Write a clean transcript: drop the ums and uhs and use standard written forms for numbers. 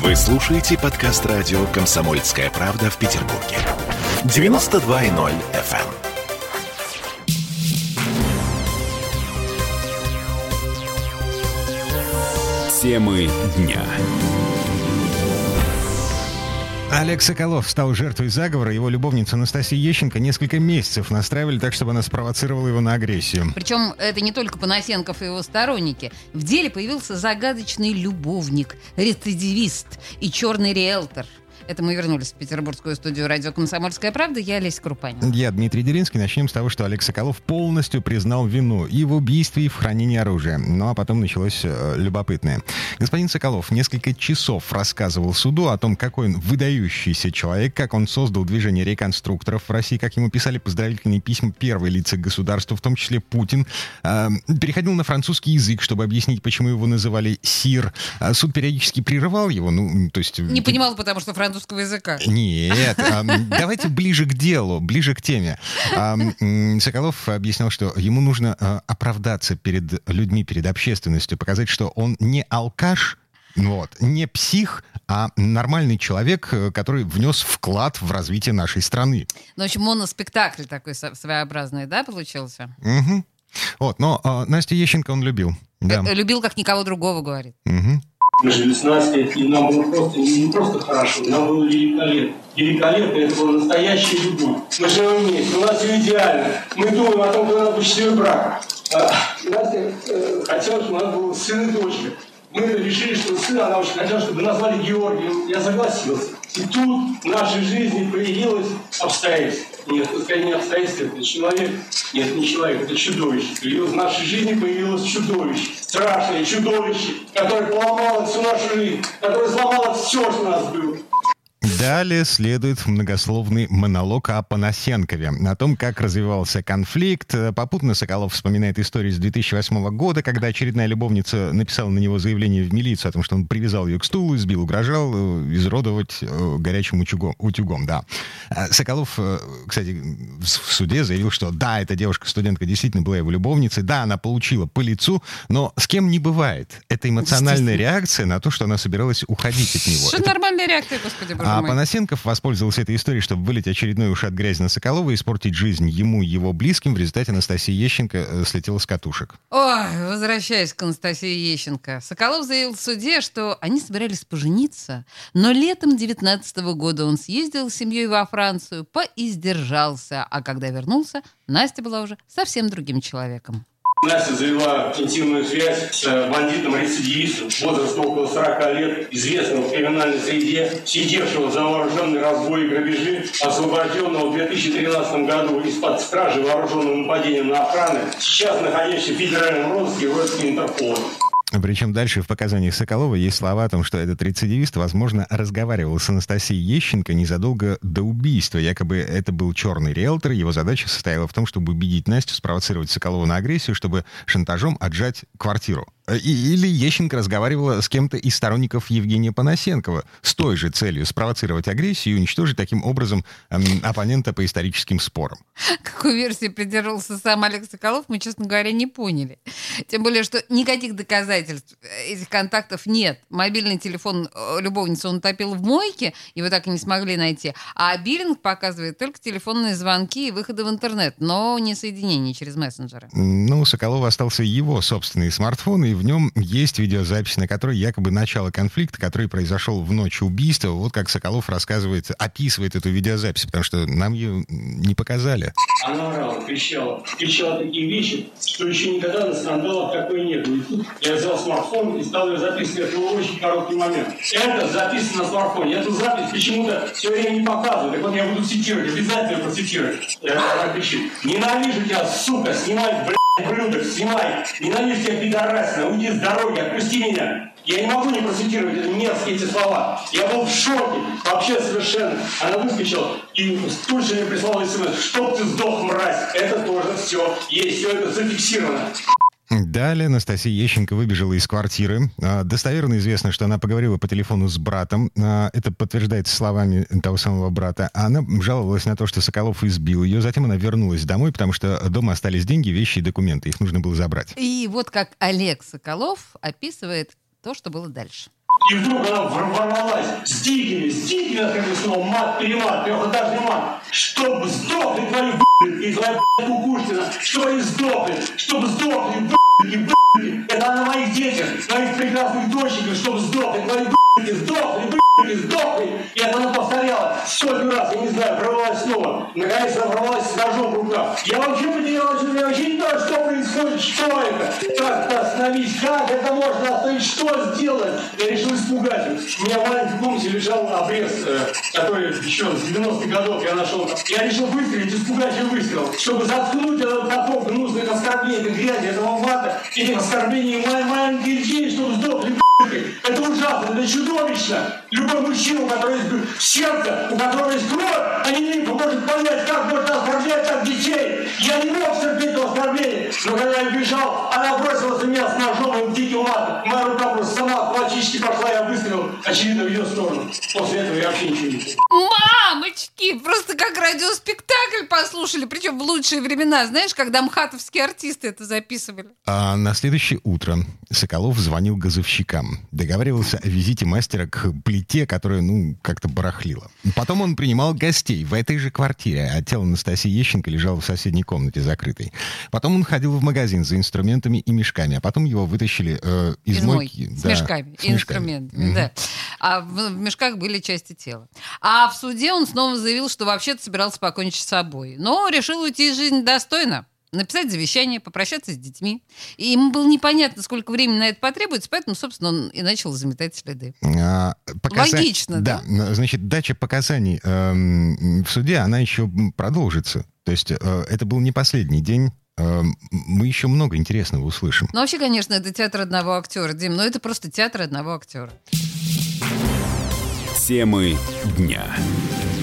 Вы слушаете подкаст радио «Комсомольская правда» в Петербурге. 92.0 FM. Темы дня. Олег Соколов стал жертвой заговора. Его любовницу Анастасию Ещенко несколько месяцев настраивали так, чтобы она спровоцировала его на агрессию. Причем это не только Панасенков и его сторонники. В деле появился загадочный любовник, рецидивист и черный риэлтор. Это мы вернулись в петербургскую студию радио «Комсомольская правда». Я Олеся Крупанина. Я Дмитрий Делинский. Начнем с того, что Олег Соколов полностью признал вину и в убийстве, и в хранении оружия. Ну а потом началось любопытное. Господин Соколов несколько часов рассказывал суду о том, какой он выдающийся человек, как он создал движение реконструкторов в России, как ему писали поздравительные письма первые лица государства, в том числе Путин. Переходил на французский язык, чтобы объяснить, почему его называли «сир». Суд периодически прерывал его. То есть... Не понимал, потому что французского языка. Нет, давайте ближе к делу, ближе к теме. Соколов объяснял, что ему нужно оправдаться перед людьми, перед общественностью, показать, что он не алкаш, не псих, а нормальный человек, который внес вклад в развитие нашей страны. Ну, в общем, моноспектакль такой своеобразный, да, получился? Угу. Но Настю Ещенко он любил. Да. Любил, как никого другого, говорит. Угу. Мы жили с Настей, и нам было просто не просто хорошо, нам было великолепно. Великолепно, это была настоящая любовь. Мы живем вместе, у нас все идеально. Мы думаем о том, что у нас будет счастливый брак. Настя хотела, чтобы у нас был сын и дочка. Мы решили, что сына она очень хотела, чтобы назвали Георгием. Я согласился. И тут в нашей жизни появилось обстоятельство. Нет, это скорее не обстоятельство, это человек. Нет, это не человек, это чудовище. В нашей жизни появилось чудовище. Страшное чудовище, которое поломало всю нашу жизнь, которое сломало все, что у нас было. Далее следует многословный монолог о Панасенкове, о том, как развивался конфликт. Попутно Соколов вспоминает историю с 2008 года, когда очередная любовница написала на него заявление в милицию о том, что он привязал ее к стулу, избил, угрожал изуродовать горячим утюгом. Да. Соколов, кстати, в суде заявил, что да, эта девушка-студентка действительно была его любовницей, да, она получила по лицу, но с кем не бывает. Это эмоциональная реакция на то, что она собиралась уходить от него. Что нормальная реакция, господи, боже мой. А Панасенков воспользовался этой историей, чтобы вылить очередной ушат грязи на Соколова и испортить жизнь ему и его близким. В результате Анастасия Ещенко слетела с катушек. Ой, возвращаясь к Анастасии Ещенко. Соколов заявил в суде, что они собирались пожениться, но летом 2019 года он съездил с семьей во Францию, поиздержался, а когда вернулся, Настя была уже совсем другим человеком. Настя завела интимную связь с бандитом-рецидивистом возрастом около 40 лет, известного в криминальной среде, сидевшего за вооруженный разбой и грабежи, освобожденного в 2013 году из-под стражи вооруженным нападением на охрану, сейчас находящийся в федеральном розыске в розыске Интерпола. Причем дальше в показаниях Соколова есть слова о том, что этот рецидивист, возможно, разговаривал с Анастасией Ещенко незадолго до убийства. Якобы это был черный риэлтор. Его задача состояла в том, чтобы убедить Настю спровоцировать Соколова на агрессию, чтобы шантажом отжать квартиру. Или Ещенко разговаривала с кем-то из сторонников Евгения Панасенкова с той же целью спровоцировать агрессию и уничтожить таким образом оппонента по историческим спорам. Какой версии придерживался сам Олег Соколов, мы, честно говоря, не поняли. Тем более, что никаких доказательств этих контактов нет. Мобильный телефон любовницы он утопил в мойке, его так и не смогли найти. А биллинг показывает только телефонные звонки и выходы в интернет, но не соединение через мессенджеры. У Соколова остался его собственный смартфон, и в нем есть видеозапись, на которой якобы начало конфликта, который произошел в ночь убийства. Вот как Соколов рассказывает, описывает эту видеозапись, потому что нам ее не показали. Она орала, кричала такие вещи, что еще никогда на скандалах такой нет. И тут я взял смартфон и стал ее записывать. Это был очень короткий момент. Это записано на смартфоне. Эту запись почему-то все время не показывают. Так вот я буду цитировать, обязательно процитировать. Она кричит: «Ненавижу тебя, сука, снимай, ублюдок, снимай! Ненавижу тебя, пидорасина! Уйди с дороги, отпусти меня!» Я не могу не процитировать мерзкие эти слова. Я был в шоке. Вообще совершенно. Она выскочила и тут же мне прислала смс: «Чтоб ты сдох, мразь!» Это тоже все есть, все это зафиксировано. Далее Анастасия Ещенко выбежала из квартиры. Достоверно известно, что она поговорила по телефону с братом. Это подтверждается словами того самого брата. Она жаловалась на то, что Соколов избил ее. Затем она вернулась домой, потому что дома остались деньги, вещи и документы. Их нужно было забрать. И вот как Олег Соколов описывает то, что было дальше. И вдруг она ворвалась с дикими, как слово, мат, перемат, трехэтажный мат. Чтобы сдохли твои и твоя Кукушкина, чтобы они сдохли, это она моих детях, моих прекрасных дочек, чтобы сдохли твои сдохли. И это она повторяла сотню раз, я не знаю, прорвалась снова. Наконец она ворвалась с ножом в руках. Я вообще потерялась, я вообще не знаю, что происходит, что это, как-то остановить, как это можно остановить, что сделать. Я решил испугать их. У меня в маленькой комнате лежал обрез, который еще с 90-х годов я нашел. Я решил выстрелить, испугать и выстрел, чтобы заткнуть этот поток гнусных оскорблений, этой грязи, этого мата, этих оскорблений маленьких детей, чтобы сдохли. Это ужасно, это чудовищно. Любой мужчина, у которого есть сердце, у которого есть кровь, не может понять, как можно оскорблять так детей. Я не мог терпеть это оскорбление. Но когда я бежал, она бросилась на меня с ножом и диким матом. Моя рука просто сама автоматически пошла, я выстрелил, очевидно, в ее сторону. После этого я вообще ничего не видел. Мамочки, просто как радиоспектакль послушали, причем в лучшие времена, знаешь, когда мхатовские артисты это записывали. А на следующее утро Соколов звонил газовщикам. Договаривался о визите мастера к плите, которая, как-то барахлила. Потом он принимал гостей в этой же квартире, а тело Анастасии Ещенко лежало в соседней комнате закрытой. Потом он ходил в магазин за инструментами и мешками, а потом его вытащили из мойки. С мешками и инструментами, да. А в мешках были части тела. А в суде он снова заявил, что вообще-то собирался покончить с собой. Но решил уйти из жизни достойно. Написать завещание, попрощаться с детьми. И ему было непонятно, сколько времени на это потребуется, поэтому, собственно, он и начал заметать следы. Логично, да? Значит, дача показаний в суде, она еще продолжится. То есть это был не последний день. Мы еще много интересного услышим. Ну, вообще, конечно, это театр одного актера, Дим, но это просто театр одного актера. Темы дня.